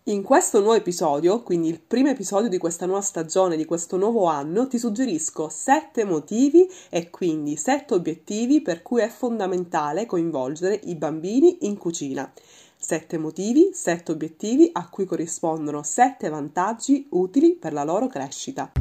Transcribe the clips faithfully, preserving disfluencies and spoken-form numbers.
In questo nuovo episodio, quindi il primo episodio di questa nuova stagione, di questo nuovo anno, ti suggerisco sette motivi e quindi sette obiettivi per cui è fondamentale coinvolgere i bambini in cucina. Sette motivi, sette obiettivi a cui corrispondono sette vantaggi utili per la loro crescita.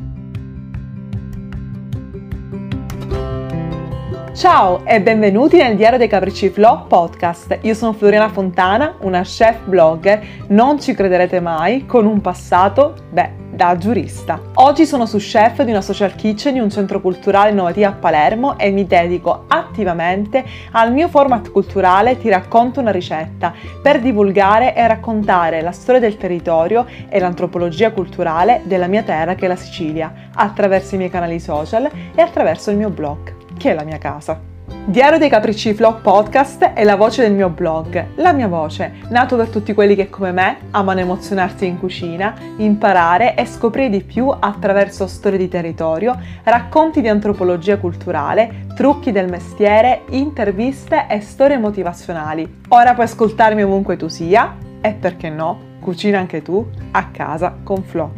Ciao e benvenuti nel Diario dei Capricci Vlog podcast. Io sono Floriana Fontana, una chef blogger, non ci crederete mai, con un passato, beh, da giurista. Oggi sono su chef di una social kitchen di un centro culturale innovativo a Palermo e mi dedico attivamente al mio format culturale Ti racconto una ricetta, per divulgare e raccontare la storia del territorio e l'antropologia culturale della mia terra che è la Sicilia, attraverso i miei canali social e attraverso il mio blog, che è la mia casa. Diario dei Capricci Vlog podcast è la voce del mio blog, la mia voce, nato per tutti quelli che come me amano emozionarsi in cucina, imparare e scoprire di più attraverso storie di territorio, racconti di antropologia culturale, trucchi del mestiere, interviste e storie motivazionali. Ora puoi ascoltarmi ovunque tu sia e perché no, cucina anche tu a casa con Flo.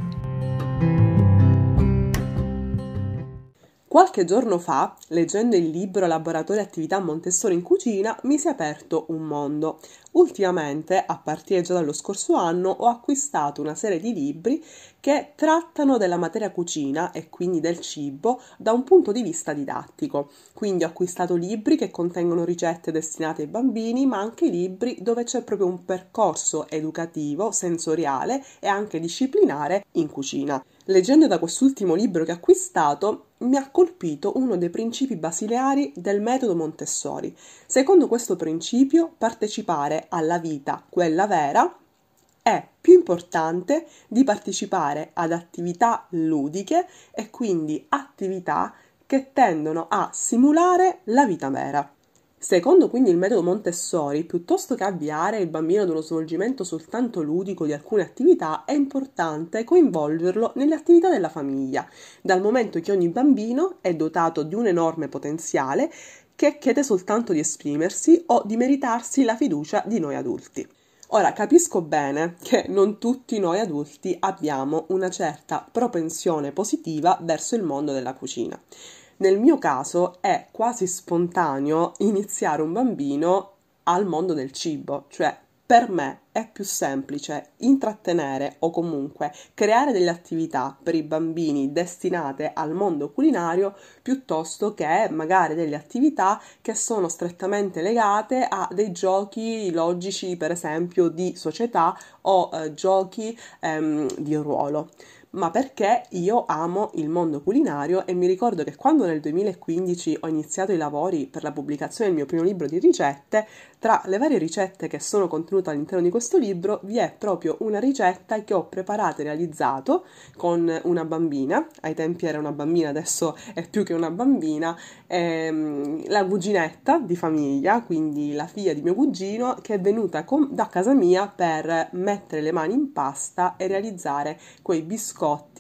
Qualche giorno fa, leggendo il libro Laboratorio Attività Montessori in Cucina, mi si è aperto un mondo. Ultimamente, a partire già dallo scorso anno, ho acquistato una serie di libri che trattano della materia cucina e quindi del cibo da un punto di vista didattico. Quindi ho acquistato libri che contengono ricette destinate ai bambini, ma anche libri dove c'è proprio un percorso educativo, sensoriale e anche disciplinare in cucina. Leggendo da quest'ultimo libro che ho acquistato, mi ha colpito uno dei principi basilari del metodo Montessori. Secondo questo principio, partecipare alla vita, quella vera, è più importante di partecipare ad attività ludiche e quindi attività che tendono a simulare la vita vera. Secondo quindi il metodo Montessori, piuttosto che avviare il bambino ad uno svolgimento soltanto ludico di alcune attività, è importante coinvolgerlo nelle attività della famiglia, dal momento che ogni bambino è dotato di un enorme potenziale che chiede soltanto di esprimersi o di meritarsi la fiducia di noi adulti. Ora, capisco bene che non tutti noi adulti abbiamo una certa propensione positiva verso il mondo della cucina. Nel mio caso è quasi spontaneo iniziare un bambino al mondo del cibo, cioè per me è più semplice intrattenere o comunque creare delle attività per i bambini destinate al mondo culinario piuttosto che magari delle attività che sono strettamente legate a dei giochi logici, per esempio di società o eh, giochi ehm, di ruolo. Ma perché io amo il mondo culinario e mi ricordo che quando nel duemilaquindici ho iniziato i lavori per la pubblicazione del mio primo libro di ricette, tra le varie ricette che sono contenute all'interno di questo libro vi è proprio una ricetta che ho preparato e realizzato con una bambina, ai tempi era una bambina, adesso è più che una bambina, ehm, la cuginetta di famiglia, quindi la figlia di mio cugino, che è venuta con, da casa mia per mettere le mani in pasta e realizzare quei biscotti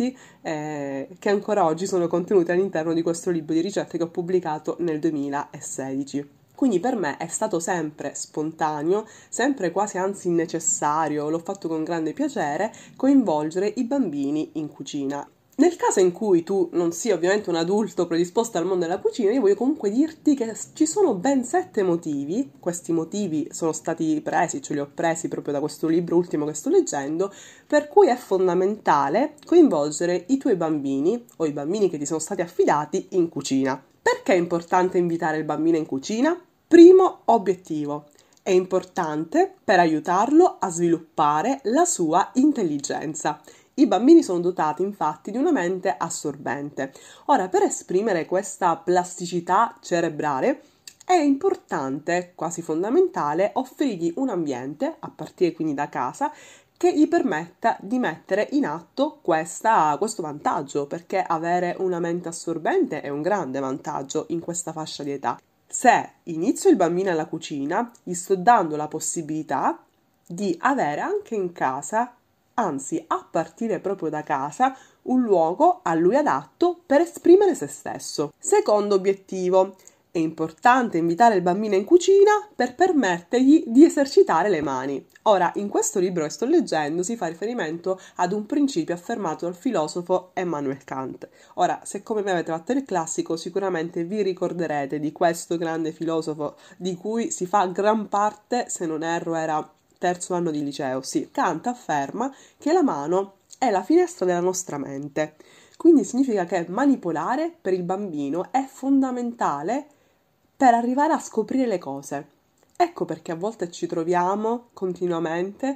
eh, che ancora oggi sono contenuti all'interno di questo libro di ricette che ho pubblicato nel duemilasedici. Quindi per me è stato sempre spontaneo, sempre quasi anzi necessario, l'ho fatto con grande piacere, coinvolgere i bambini in cucina. Nel caso in cui tu non sia ovviamente un adulto predisposto al mondo della cucina, io voglio comunque dirti che ci sono ben sette motivi, questi motivi sono stati presi, ce li ho presi proprio da questo libro ultimo che sto leggendo, per cui è fondamentale coinvolgere i tuoi bambini o i bambini che ti sono stati affidati in cucina. Perché è importante invitare il bambino in cucina? Primo obiettivo. È importante per aiutarlo a sviluppare la sua intelligenza. I bambini sono dotati infatti di una mente assorbente. Ora, per esprimere questa plasticità cerebrale è importante, quasi fondamentale, offrirgli un ambiente, a partire quindi da casa, che gli permetta di mettere in atto questa, questo vantaggio, perché avere una mente assorbente è un grande vantaggio in questa fascia di età. Se inizio il bambino alla cucina, gli sto dando la possibilità di avere anche in casa, anzi a partire proprio da casa, un luogo a lui adatto per esprimere se stesso. Secondo obiettivo, È importante invitare il bambino in cucina per permettergli di esercitare le mani. Ora, in questo libro che sto leggendo si fa riferimento ad un principio affermato dal filosofo Immanuel Kant. Ora, se come me avete fatto il classico, sicuramente vi ricorderete di questo grande filosofo di cui si fa gran parte, se non erro era terzo anno di liceo. Sì, Kant afferma che la mano è la finestra della nostra mente. Quindi significa che manipolare per il bambino è fondamentale per arrivare a scoprire le cose. Ecco perché a volte ci troviamo continuamente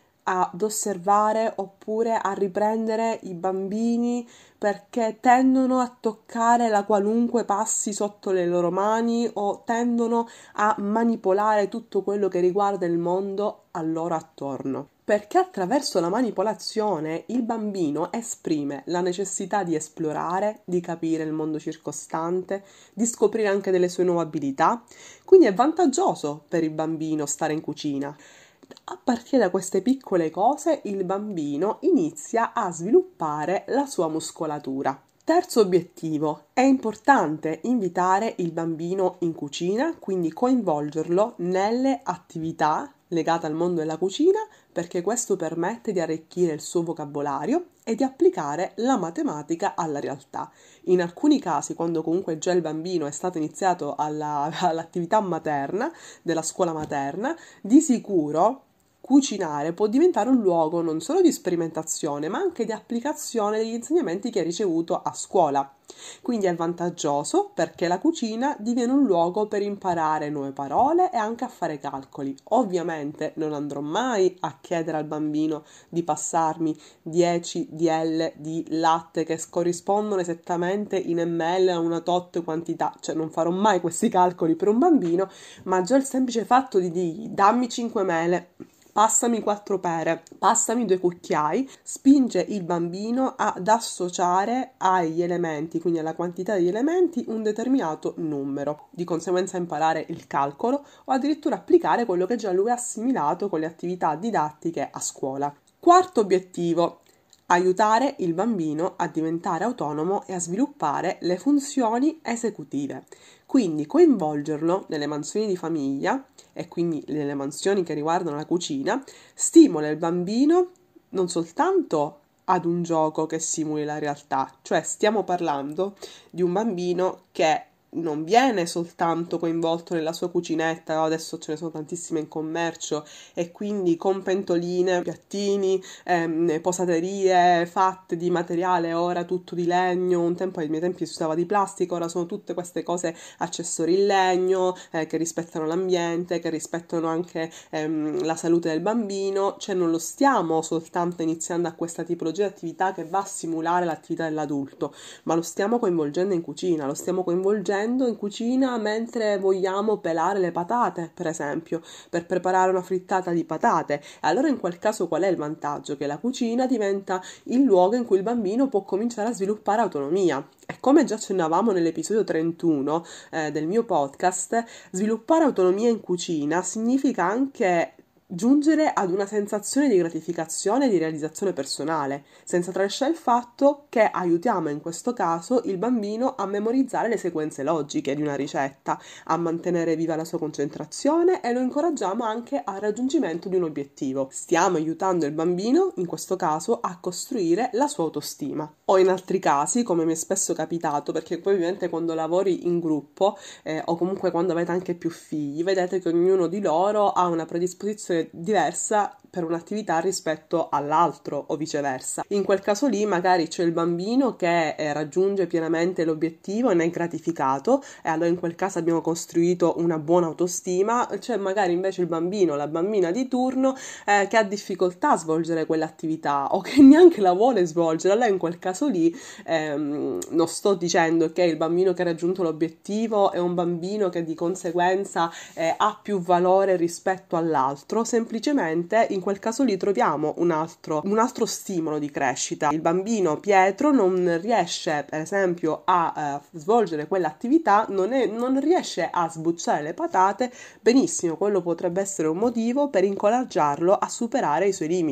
ad osservare oppure a riprendere i bambini perché tendono a toccare la qualunque passi sotto le loro mani o tendono a manipolare tutto quello che riguarda il mondo a loro attorno. Perché attraverso la manipolazione il bambino esprime la necessità di esplorare, di capire il mondo circostante, di scoprire anche delle sue nuove abilità, quindi è vantaggioso per il bambino stare in cucina. A partire da queste piccole cose il bambino inizia a sviluppare la sua muscolatura. Terzo obiettivo, è importante invitare il bambino in cucina, quindi coinvolgerlo nelle attività legate al mondo della cucina, perché questo permette di arricchire il suo vocabolario e di applicare la matematica alla realtà. In alcuni casi, quando comunque già il bambino è stato iniziato alla, all'attività materna, della scuola materna, di sicuro cucinare può diventare un luogo non solo di sperimentazione, ma anche di applicazione degli insegnamenti che ha ricevuto a scuola. Quindi è vantaggioso perché la cucina diviene un luogo per imparare nuove parole e anche a fare calcoli. Ovviamente non andrò mai a chiedere al bambino di passarmi dieci millilitri di latte che corrispondono esattamente in ml a una tot quantità, cioè non farò mai questi calcoli per un bambino, ma già il semplice fatto di dirgli dammi cinque mele, passami quattro pere, passami due cucchiai, spinge il bambino ad associare agli elementi, quindi alla quantità degli elementi, un determinato numero. Di conseguenza imparare il calcolo o addirittura applicare quello che già lui ha assimilato con le attività didattiche a scuola. Quarto obiettivo. Aiutare il bambino a diventare autonomo e a sviluppare le funzioni esecutive. Quindi coinvolgerlo nelle mansioni di famiglia e quindi nelle mansioni che riguardano la cucina stimola il bambino non soltanto ad un gioco che simuli la realtà, cioè stiamo parlando di un bambino che non viene soltanto coinvolto nella sua cucinetta, oh, adesso ce ne sono tantissime in commercio, e quindi con pentoline, piattini, ehm, posaterie fatte di materiale, ora tutto di legno, un tempo ai miei tempi si usava di plastica, ora sono tutte queste cose, accessori in legno, eh, che rispettano l'ambiente, che rispettano anche ehm, la salute del bambino, cioè non lo stiamo soltanto iniziando a questa tipologia di attività che va a simulare l'attività dell'adulto, ma lo stiamo coinvolgendo in cucina, lo stiamo coinvolgendo in cucina mentre vogliamo pelare le patate, per esempio, per preparare una frittata di patate. E allora in quel caso qual è il vantaggio? Che la cucina diventa il luogo in cui il bambino può cominciare a sviluppare autonomia. E come già accennavamo nell'episodio trentuno eh, del mio podcast, sviluppare autonomia in cucina significa anche giungere ad una sensazione di gratificazione e di realizzazione personale, senza tralasciare il fatto che aiutiamo in questo caso il bambino a memorizzare le sequenze logiche di una ricetta, a mantenere viva la sua concentrazione e lo incoraggiamo anche al raggiungimento di un obiettivo. Stiamo aiutando il bambino, in questo caso, a costruire la sua autostima. O in altri casi, come mi è spesso capitato, perché poi ovviamente quando lavori in gruppo eh, o comunque quando avete anche più figli, vedete che ognuno di loro ha una predisposizione diversa per un'attività rispetto all'altro o viceversa. In quel caso lì magari c'è il bambino che eh, raggiunge pienamente l'obiettivo e ne è gratificato e allora in quel caso abbiamo costruito una buona autostima, c'è magari invece il bambino, la bambina di turno eh, che ha difficoltà a svolgere quell'attività o che neanche la vuole svolgere. Allora in quel caso lì ehm, non sto dicendo che il bambino che ha raggiunto l'obiettivo è un bambino che di conseguenza eh, ha più valore rispetto all'altro, semplicemente in quel caso lì troviamo un altro, un altro stimolo di crescita. Il bambino Pietro non riesce per esempio a eh, svolgere quell'attività, non, è, non riesce a sbucciare le patate, benissimo, quello potrebbe essere un motivo per incoraggiarlo a superare i suoi limiti.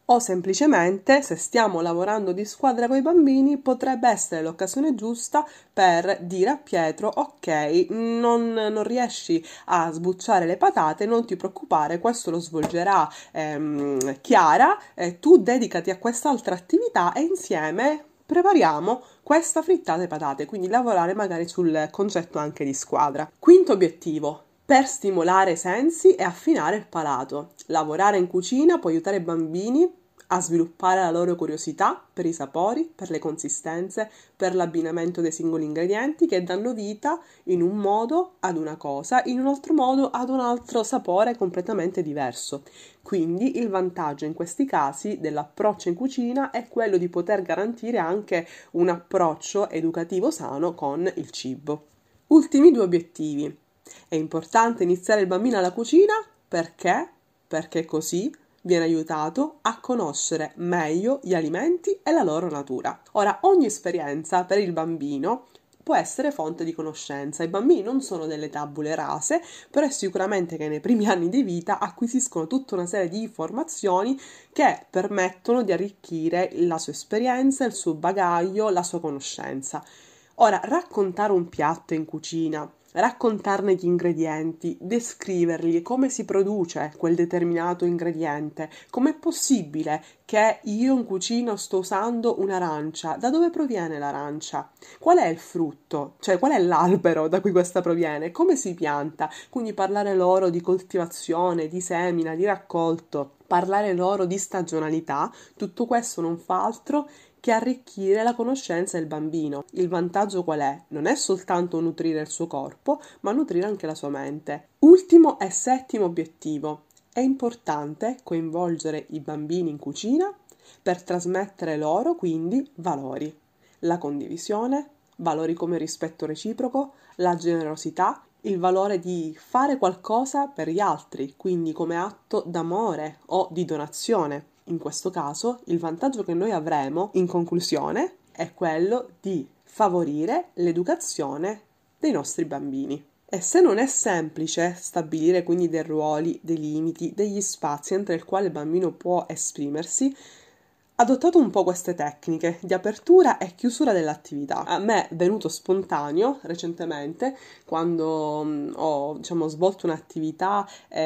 O semplicemente, se stiamo lavorando di squadra con i bambini, potrebbe essere l'occasione giusta per dire a Pietro: ok, non, non riesci a sbucciare le patate, non ti preoccupare, questo lo svolgerà ehm, Chiara, eh, tu dedicati a quest'altra attività e insieme prepariamo questa frittata e patate, quindi lavorare magari sul concetto anche di squadra. Quinto obiettivo: per stimolare i sensi e affinare il palato. Lavorare in cucina può aiutare i bambini a sviluppare la loro curiosità per i sapori, per le consistenze, per l'abbinamento dei singoli ingredienti che danno vita in un modo ad una cosa, in un altro modo ad un altro sapore completamente diverso. Quindi il vantaggio in questi casi dell'approccio in cucina è quello di poter garantire anche un approccio educativo sano con il cibo. Ultimi due obiettivi. È importante iniziare il bambino alla cucina perché? Perché così viene aiutato a conoscere meglio gli alimenti e la loro natura. Ora, ogni esperienza per il bambino può essere fonte di conoscenza. I bambini non sono delle tabule rase, però è sicuramente che nei primi anni di vita acquisiscono tutta una serie di informazioni che permettono di arricchire la sua esperienza, il suo bagaglio, la sua conoscenza. Ora, raccontare un piatto in cucina, raccontarne gli ingredienti, descriverli, come si produce quel determinato ingrediente, com'è possibile che io in cucina sto usando un'arancia, da dove proviene l'arancia, qual è il frutto, cioè qual è l'albero da cui questa proviene, come si pianta, quindi parlare loro di coltivazione, di semina, di raccolto, parlare loro di stagionalità, tutto questo non fa altro che arricchire la conoscenza del bambino. Il vantaggio qual è? Non è soltanto nutrire il suo corpo, ma nutrire anche la sua mente. Ultimo e settimo obiettivo. È importante coinvolgere i bambini in cucina per trasmettere loro quindi valori. La condivisione, valori come il rispetto reciproco, la generosità, il valore di fare qualcosa per gli altri, quindi come atto d'amore o di donazione. In questo caso, il vantaggio che noi avremo, in conclusione, è quello di favorire l'educazione dei nostri bambini. E se non è semplice stabilire quindi dei ruoli, dei limiti, degli spazi entro il quale il bambino può esprimersi, adottato un po' queste tecniche di apertura e chiusura dell'attività. A me è venuto spontaneo recentemente quando mh, ho diciamo, svolto un'attività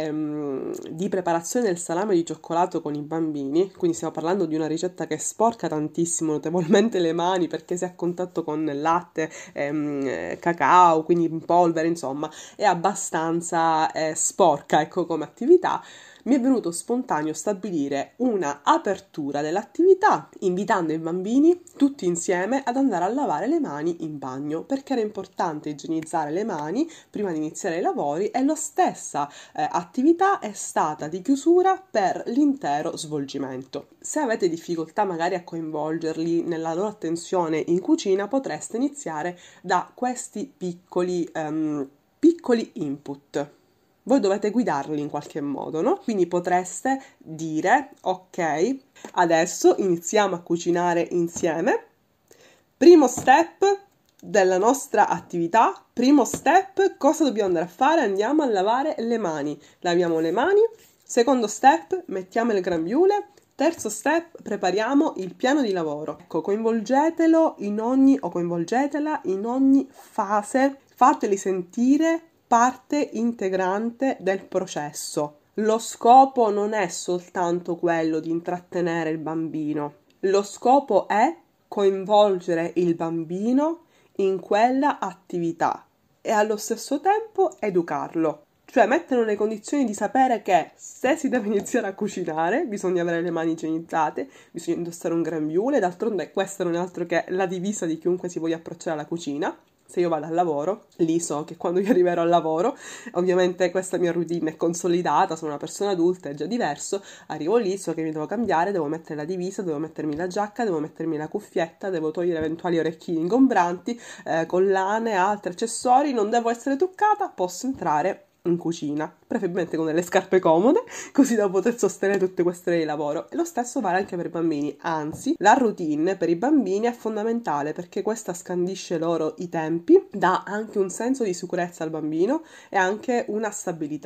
ehm, di preparazione del salame di cioccolato con i bambini, quindi stiamo parlando di una ricetta che sporca tantissimo, notevolmente le mani perché si è a contatto con latte, ehm, cacao, quindi in polvere, insomma, è abbastanza eh, sporca, ecco, come attività. Mi è venuto spontaneo stabilire una apertura dell'attività, invitando i bambini tutti insieme ad andare a lavare le mani in bagno, perché era importante igienizzare le mani prima di iniziare i lavori e la stessa eh, attività è stata di chiusura per l'intero svolgimento. Se avete difficoltà magari a coinvolgerli nella loro attenzione in cucina, potreste iniziare da questi piccoli, um, piccoli input. Voi dovete guidarli in qualche modo, no? Quindi potreste dire: ok, adesso iniziamo a cucinare insieme. Primo step della nostra attività, primo step, cosa dobbiamo andare a fare? Andiamo a lavare le mani. Laviamo le mani. Secondo step, mettiamo il grembiule. Terzo step, prepariamo il piano di lavoro. Ecco, coinvolgetelo in ogni, o coinvolgetela in ogni fase. Fateli sentire parte integrante del processo. Lo scopo non è soltanto quello di intrattenere il bambino, lo scopo è coinvolgere il bambino in quella attività e allo stesso tempo educarlo, cioè metterlo nelle condizioni di sapere che se si deve iniziare a cucinare bisogna avere le mani igienizzate, bisogna indossare un grembiule, d'altronde questa non è altro che la divisa di chiunque si voglia approcciare alla cucina. Se io vado al lavoro, lì so che quando io arriverò al lavoro, ovviamente questa mia routine è consolidata, sono una persona adulta, è già diverso, arrivo lì, so che mi devo cambiare, devo mettere la divisa, devo mettermi la giacca, devo mettermi la cuffietta, devo togliere eventuali orecchini ingombranti, eh, collane, altri accessori, non devo essere truccata, posso entrare in cucina, preferibilmente con delle scarpe comode, così da poter sostenere tutte queste ore di lavoro. E lo stesso vale anche per i bambini, anzi, la routine per i bambini è fondamentale perché questa scandisce loro i tempi, dà anche un senso di sicurezza al bambino e anche una stabilità.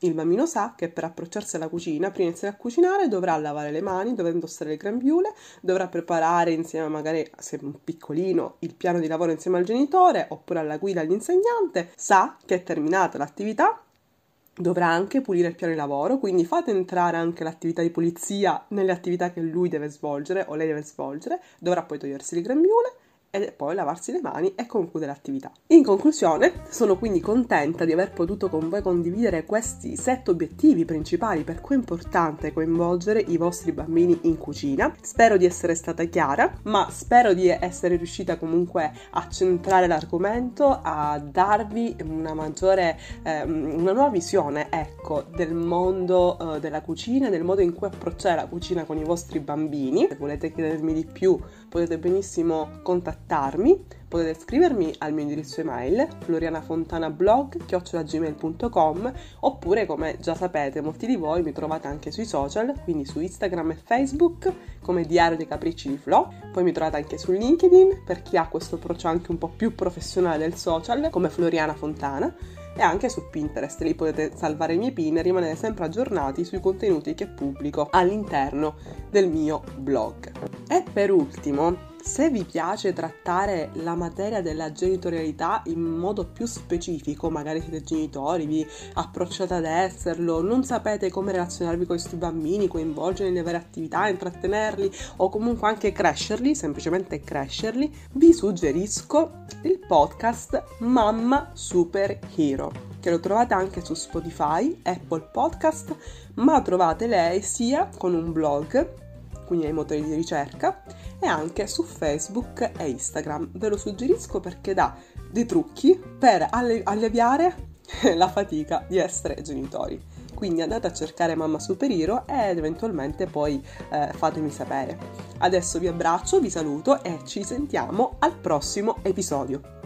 Il bambino sa che per approcciarsi alla cucina, prima di iniziare a cucinare, dovrà lavare le mani, dovrà indossare le grembiule, dovrà preparare insieme, magari se è un piccolino, il piano di lavoro insieme al genitore oppure alla guida all'insegnante. Sa che terminata l'attività dovrà anche pulire il piano di lavoro, quindi fate entrare anche l'attività di pulizia nelle attività che lui deve svolgere o lei deve svolgere. Dovrà poi togliersi le grembiule e poi lavarsi le mani e concludere l'attività. In conclusione, sono quindi contenta di aver potuto con voi condividere questi sette obiettivi principali per cui è importante coinvolgere i vostri bambini in cucina. Spero di essere stata chiara, ma spero di essere riuscita comunque a centrare l'argomento, a darvi una maggiore, eh, una nuova visione, ecco, del mondo eh, della cucina, del modo in cui approcciare la cucina con i vostri bambini. Se volete chiedermi di più, potete benissimo contattarmi. Potete scrivermi al mio indirizzo email florianafontanablog chiocciola gmail punto com, oppure, come già sapete molti di voi, mi trovate anche sui social, quindi su Instagram e Facebook come Diario dei Capricci di Flo. Poi mi trovate anche su LinkedIn per chi ha questo approccio anche un po' più professionale del social, come Floriana Fontana, e anche su Pinterest. Lì potete salvare i miei pin e rimanere sempre aggiornati sui contenuti che pubblico all'interno del mio blog. E per ultimo, se vi piace trattare la materia della genitorialità in modo più specifico, magari siete genitori, vi approcciate ad esserlo, non sapete come relazionarvi con i vostri bambini, coinvolgerli nelle varie attività, intrattenerli o comunque anche crescerli, semplicemente crescerli, vi suggerisco il podcast Mamma Superhero, che lo trovate anche su Spotify, Apple Podcast, ma trovate lei sia con un blog, quindi ai motori di ricerca, e anche su Facebook e Instagram. Ve lo suggerisco perché dà dei trucchi per alle- alleviare la fatica di essere genitori. Quindi andate a cercare Mamma Superhero ed eventualmente poi eh, fatemi sapere. Adesso vi abbraccio, vi saluto e ci sentiamo al prossimo episodio.